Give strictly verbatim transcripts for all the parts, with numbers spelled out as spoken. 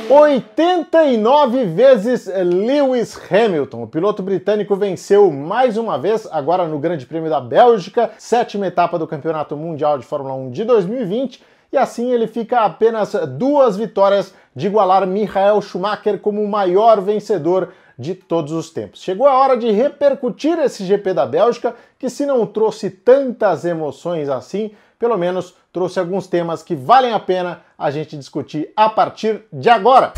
oitenta e nove vezes Lewis Hamilton. O piloto britânico venceu mais uma vez, agora no Grande Prêmio da Bélgica, sétima etapa do Campeonato Mundial de Fórmula um de dois mil e vinte, e assim ele fica a apenas duas vitórias de igualar Michael Schumacher como o maior vencedor de todos os tempos. Chegou a hora de repercutir esse G P da Bélgica, que se não trouxe tantas emoções assim, pelo menos trouxe alguns temas que valem a pena a gente discutir a partir de agora.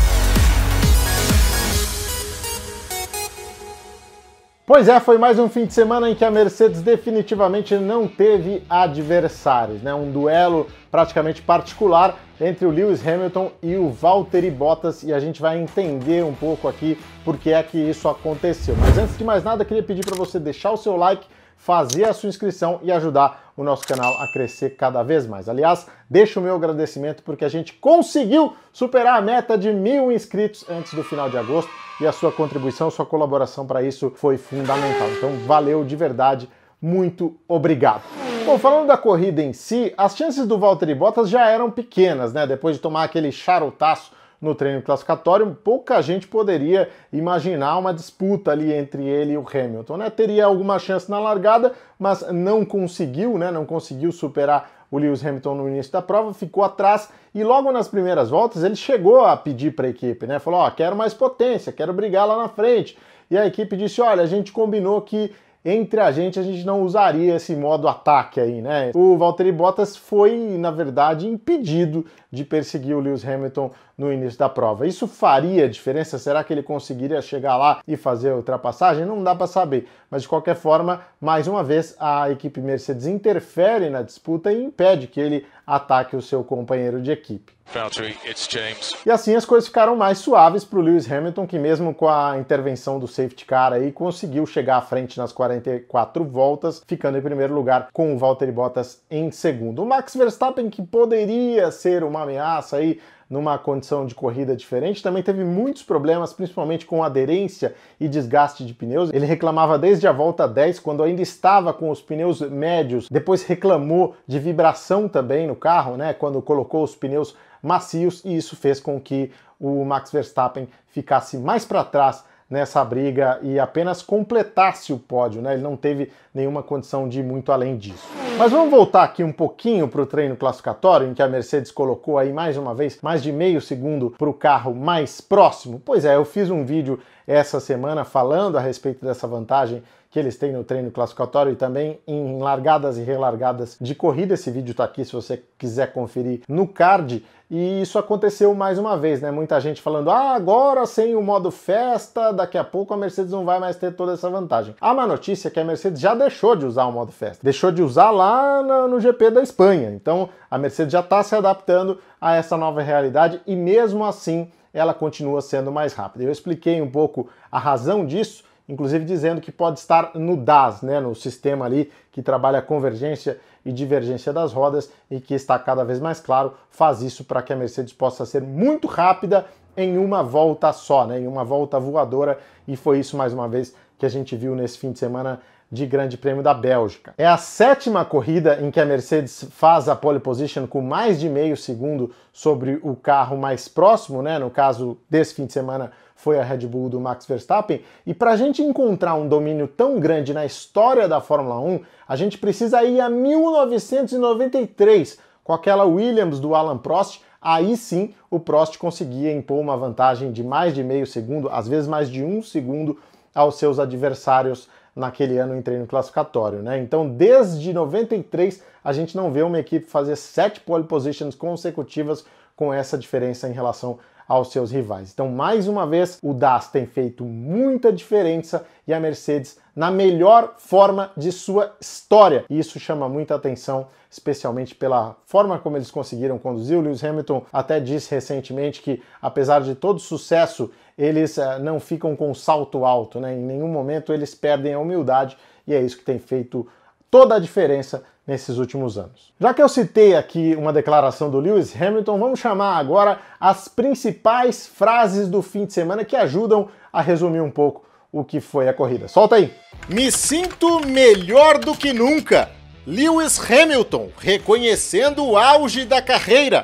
Pois é, foi mais um fim de semana em que a Mercedes definitivamente não teve adversários, né? Um duelo praticamente particular entre o Lewis Hamilton e o Valtteri Bottas, e a gente vai entender um pouco aqui por que é que isso aconteceu. Mas antes de mais nada, queria pedir para você deixar o seu like, fazer a sua inscrição e ajudar o nosso canal a crescer cada vez mais. Aliás, deixo o meu agradecimento porque a gente conseguiu superar a meta de mil inscritos antes do final de agosto e a sua contribuição, sua colaboração para isso foi fundamental. Então, valeu de verdade, muito obrigado. Bom, falando da corrida em si, as chances do Valtteri Bottas já eram pequenas, né? Depois de tomar aquele charutaço no treino classificatório, pouca gente poderia imaginar uma disputa ali entre ele e o Hamilton, né? Teria alguma chance na largada, mas não conseguiu, né? Não conseguiu superar o Lewis Hamilton no início da prova, ficou atrás e logo nas primeiras voltas ele chegou a pedir para a equipe, né? Falou, ó, oh, quero mais potência, quero brigar lá na frente. E a equipe disse, olha, a gente combinou que entre a gente, a gente não usaria esse modo ataque aí, né? O Valtteri Bottas foi, na verdade, impedido de perseguir o Lewis Hamilton no início da prova. Isso faria diferença? Será que ele conseguiria chegar lá e fazer a ultrapassagem? Não dá para saber. Mas, de qualquer forma, mais uma vez, a equipe Mercedes interfere na disputa e impede que ele ataque o seu companheiro de equipe. Valtteri, it's James. E assim as coisas ficaram mais suaves para o Lewis Hamilton, que mesmo com a intervenção do safety car aí, conseguiu chegar à frente nas quarenta e quatro voltas, ficando em primeiro lugar com o Valtteri Bottas em segundo. O Max Verstappen, que poderia ser uma ameaça aí numa condição de corrida diferente, também teve muitos problemas, principalmente com aderência e desgaste de pneus. Ele reclamava desde a volta dez, quando ainda estava com os pneus médios, depois reclamou de vibração também no carro, né, quando colocou os pneus macios, e isso fez com que o Max Verstappen ficasse mais para trás nessa briga e apenas completasse o pódio, né? Ele não teve nenhuma condição de ir muito além disso. Mas vamos voltar aqui um pouquinho para o treino classificatório, em que a Mercedes colocou aí mais uma vez mais de meio segundo para o carro mais próximo. Pois é, eu fiz um vídeo essa semana falando a respeito dessa vantagem que eles têm no treino classificatório e também em largadas e relargadas de corrida. Esse vídeo tá aqui se você quiser conferir no card. E isso aconteceu mais uma vez, né? Muita gente falando, ah, agora sem o modo festa, daqui a pouco a Mercedes não vai mais ter toda essa vantagem. A má notícia é que a Mercedes já deixou de usar o modo festa. Deixou de usar lá no, no G P da Espanha. Então a Mercedes já está se adaptando a essa nova realidade e mesmo assim ela continua sendo mais rápida. Eu expliquei um pouco a razão disso, inclusive dizendo que pode estar no D A S, né, no sistema ali que trabalha a convergência e divergência das rodas e que está cada vez mais claro, faz isso para que a Mercedes possa ser muito rápida em uma volta só, né, em uma volta voadora, e foi isso mais uma vez que a gente viu nesse fim de semana de Grande Prêmio da Bélgica. É a sétima corrida em que a Mercedes faz a pole position com mais de meio segundo sobre o carro mais próximo, né? No caso desse fim de semana foi a Red Bull do Max Verstappen, e para a gente encontrar um domínio tão grande na história da Fórmula um, a gente precisa ir a mil novecentos e noventa e três, com aquela Williams do Alan Prost. Aí sim o Prost conseguia impor uma vantagem de mais de meio segundo, às vezes mais de um segundo, aos seus adversários naquele ano em treino classificatório, né? Então, desde noventa e três, a gente não vê uma equipe fazer sete pole positions consecutivas com essa diferença em relação aos seus rivais. Então, mais uma vez, o D A S tem feito muita diferença e a Mercedes na melhor forma de sua história. E isso chama muita atenção, especialmente pela forma como eles conseguiram conduzir. O Lewis Hamilton até disse recentemente que, apesar de todo sucesso, eles uh, não ficam com salto alto, né? Em nenhum momento eles perdem a humildade, e é isso que tem feito toda a diferença nesses últimos anos. Já que eu citei aqui uma declaração do Lewis Hamilton, vamos chamar agora as principais frases do fim de semana que ajudam a resumir um pouco o que foi a corrida. Solta aí! Me sinto melhor do que nunca. Lewis Hamilton reconhecendo o auge da carreira.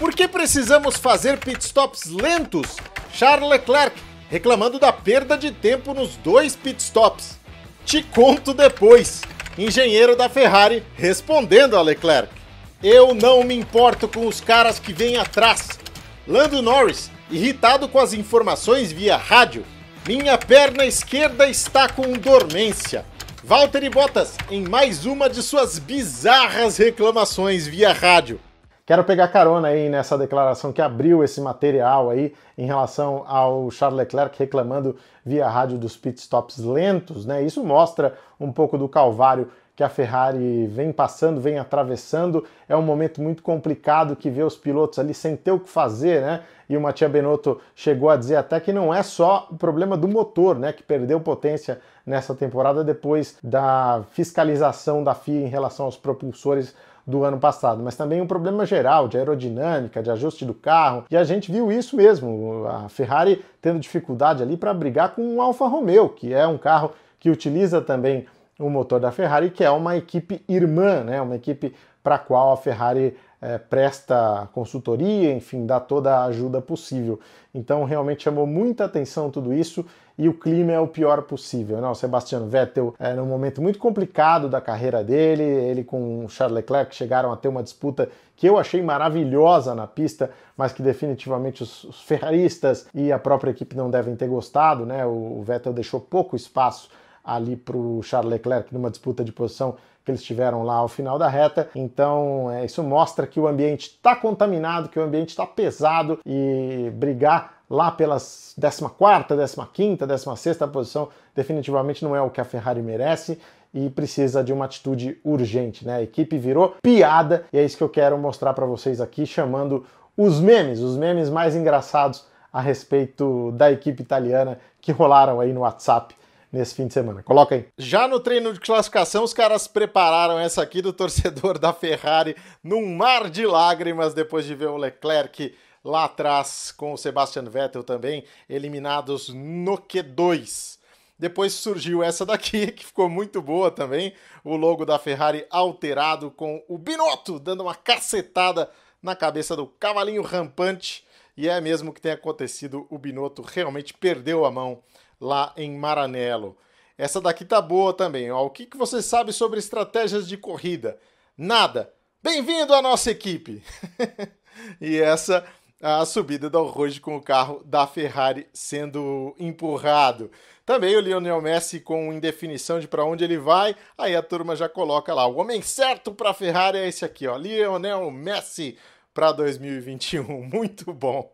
Por que precisamos fazer pitstops lentos? Charles Leclerc reclamando da perda de tempo nos dois pitstops. Te conto depois. Engenheiro da Ferrari respondendo a Leclerc. Eu não me importo com os caras que vêm atrás. Lando Norris, irritado com as informações via rádio. Minha perna esquerda está com dormência. Valtteri Bottas em mais uma de suas bizarras reclamações via rádio. Quero pegar carona aí nessa declaração que abriu esse material aí em relação ao Charles Leclerc reclamando via rádio dos pitstops lentos, né? Isso mostra um pouco do calvário que a Ferrari vem passando, vem atravessando. É um momento muito complicado que vê os pilotos ali sem ter o que fazer, né? E o Mattia Binotto chegou a dizer até que não é só o problema do motor, né? Que perdeu potência nessa temporada depois da fiscalização da F I A em relação aos propulsores do ano passado, mas também um problema geral de aerodinâmica, de ajuste do carro, e a gente viu isso mesmo, a Ferrari tendo dificuldade ali para brigar com o Alfa Romeo, que é um carro que utiliza também o motor da Ferrari, que é uma equipe irmã, né? Uma equipe para a qual a Ferrari é, presta consultoria, enfim, dá toda a ajuda possível. Então realmente chamou muita atenção tudo isso e o clima é o pior possível, né? O Sebastian Vettel é num momento muito complicado da carreira dele, ele com o Charles Leclerc chegaram a ter uma disputa que eu achei maravilhosa na pista, mas que definitivamente os, os ferraristas e a própria equipe não devem ter gostado, né? O, o Vettel deixou pouco espaço ali para o Charles Leclerc numa disputa de posição que eles tiveram lá ao final da reta. Então é, isso mostra que o ambiente está contaminado, que o ambiente está pesado e brigar lá pelas décima quarta, décima quinta, décima sexta posição definitivamente não é o que a Ferrari merece e precisa de uma atitude urgente, né? A equipe virou piada e é isso que eu quero mostrar para vocês aqui, chamando os memes, os memes mais engraçados a respeito da equipe italiana que rolaram aí no WhatsApp nesse fim de semana. Coloca aí. Já no treino de classificação, os caras prepararam essa aqui do torcedor da Ferrari num mar de lágrimas depois de ver o Leclerc lá atrás com o Sebastian Vettel também, eliminados no Q dois. Depois surgiu essa daqui, que ficou muito boa também, o logo da Ferrari alterado com o Binotto dando uma cacetada na cabeça do cavalinho rampante, e é mesmo que tem acontecido, o Binotto realmente perdeu a mão lá em Maranello. Essa daqui tá boa também, ó. O que, que você sabe sobre estratégias de corrida? Nada. Bem-vindo à nossa equipe! E essa, a subida do Rouge com o carro da Ferrari sendo empurrado. Também o Lionel Messi com indefinição de para onde ele vai, aí a turma já coloca lá, o homem certo para a Ferrari é esse aqui, ó, Lionel Messi para dois mil e vinte e um, muito bom.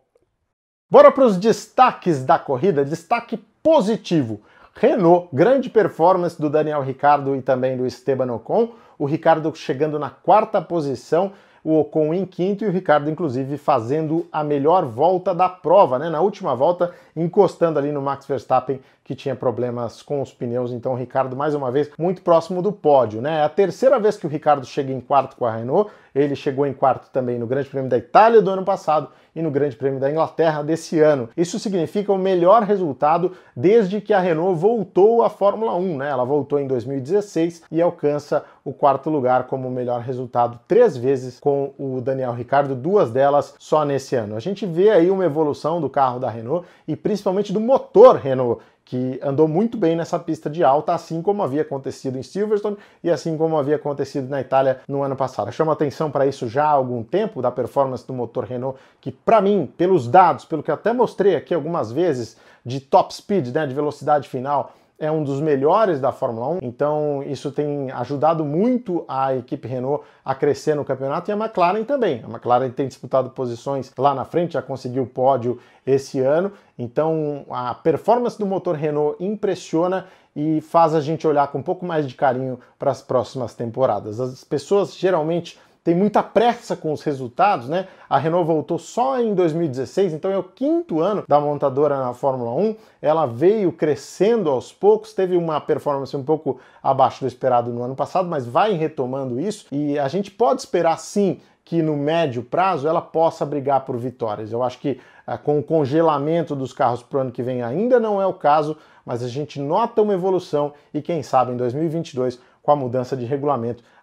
Bora para os destaques da corrida, destaque positivo. Renault, grande performance do Daniel Ricciardo e também do Esteban Ocon, o Ricciardo chegando na quarta posição, o Ocon em quinto e o Ricciardo, inclusive, fazendo a melhor volta da prova, né? Na última volta, encostando ali no Max Verstappen, que tinha problemas com os pneus. Então, o Ricciardo, mais uma vez, muito próximo do pódio, né? É a terceira vez que o Ricciardo chega em quarto com a Renault. Ele chegou em quarto também no Grande Prêmio da Itália do ano passado e no Grande Prêmio da Inglaterra desse ano. Isso significa o melhor resultado desde que a Renault voltou à Fórmula um, né? Ela voltou em dois mil e dezesseis e alcança o quarto lugar como o melhor resultado três vezes com o Daniel Ricciardo, duas delas só nesse ano. A gente vê aí uma evolução do carro da Renault e principalmente do motor Renault, que andou muito bem nessa pista de alta, assim como havia acontecido em Silverstone e assim como havia acontecido na Itália no ano passado. Eu chamo atenção para isso já há algum tempo, da performance do motor Renault, que para mim, pelos dados, pelo que eu até mostrei aqui algumas vezes, de top speed, né, de velocidade final, é um dos melhores da Fórmula um, então isso tem ajudado muito a equipe Renault a crescer no campeonato e a McLaren também. A McLaren tem disputado posições lá na frente, já conseguiu o pódio esse ano, então a performance do motor Renault impressiona e faz a gente olhar com um pouco mais de carinho para as próximas temporadas. As pessoas geralmente tem muita pressa com os resultados, né? A Renault voltou só em dois mil e dezesseis, então é o quinto ano da montadora na Fórmula um. Ela veio crescendo aos poucos, teve uma performance um pouco abaixo do esperado no ano passado, mas vai retomando isso e a gente pode esperar sim que no médio prazo ela possa brigar por vitórias. Eu acho que ah, com o congelamento dos carros para o ano que vem ainda não é o caso, mas a gente nota uma evolução e quem sabe em dois mil e vinte e dois, com a mudança de regulamento,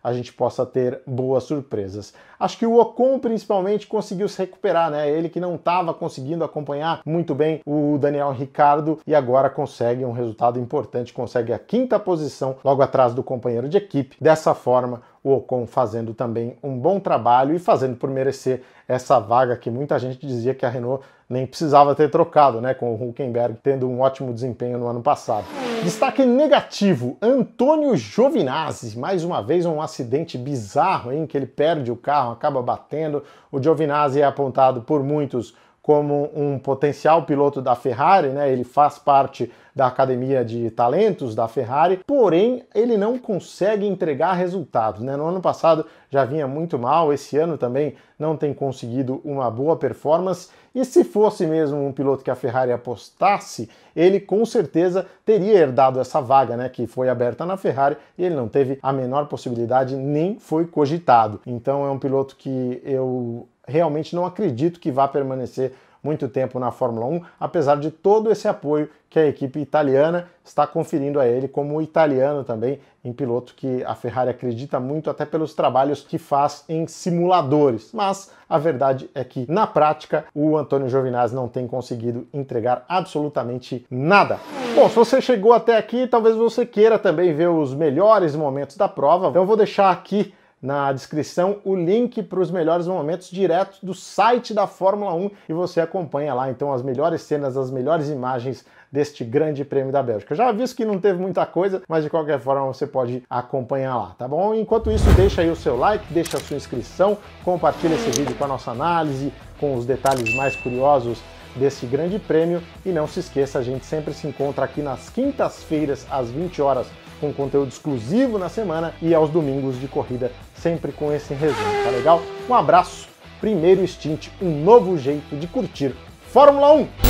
a gente possa ter boas surpresas. Acho que o Ocon principalmente conseguiu se recuperar, né? Ele que não estava conseguindo acompanhar muito bem o Daniel Ricciardo e agora consegue um resultado importante, consegue a quinta posição logo atrás do companheiro de equipe. Dessa forma, o Ocon fazendo também um bom trabalho e fazendo por merecer essa vaga que muita gente dizia que a Renault nem precisava ter trocado, né, com o Hülkenberg tendo um ótimo desempenho no ano passado. Destaque negativo, Antonio Giovinazzi, mais uma vez um acidente bizarro, hein, que ele perde o carro, acaba batendo. O Giovinazzi é apontado por muitos como um potencial piloto da Ferrari, né? Ele faz parte da academia de talentos da Ferrari, porém ele não consegue entregar resultados, né? No ano passado já vinha muito mal, esse ano também não tem conseguido uma boa performance, e se fosse mesmo um piloto que a Ferrari apostasse, ele com certeza teria herdado essa vaga, né, que foi aberta na Ferrari, e ele não teve a menor possibilidade, nem foi cogitado. Então é um piloto que eu realmente não acredito que vá permanecer muito tempo na Fórmula um, apesar de todo esse apoio que a equipe italiana está conferindo a ele como italiano também, em piloto que a Ferrari acredita muito até pelos trabalhos que faz em simuladores. Mas a verdade é que, na prática, o Antonio Giovinazzi não tem conseguido entregar absolutamente nada. Bom, se você chegou até aqui, talvez você queira também ver os melhores momentos da prova, então eu vou deixar aqui na descrição o link para os melhores momentos direto do site da Fórmula um e você acompanha lá então as melhores cenas, as melhores imagens deste grande prêmio da Bélgica. Já aviso que não teve muita coisa, mas de qualquer forma você pode acompanhar lá, tá bom? Enquanto isso, deixa aí o seu like, deixa a sua inscrição, compartilha esse vídeo com a nossa análise, com os detalhes mais curiosos desse grande prêmio e não se esqueça, a gente sempre se encontra aqui nas quintas-feiras às vinte horas com conteúdo exclusivo na semana e aos domingos de corrida, sempre com esse resumo, tá legal? Um abraço, primeiro stint, um novo jeito de curtir Fórmula um!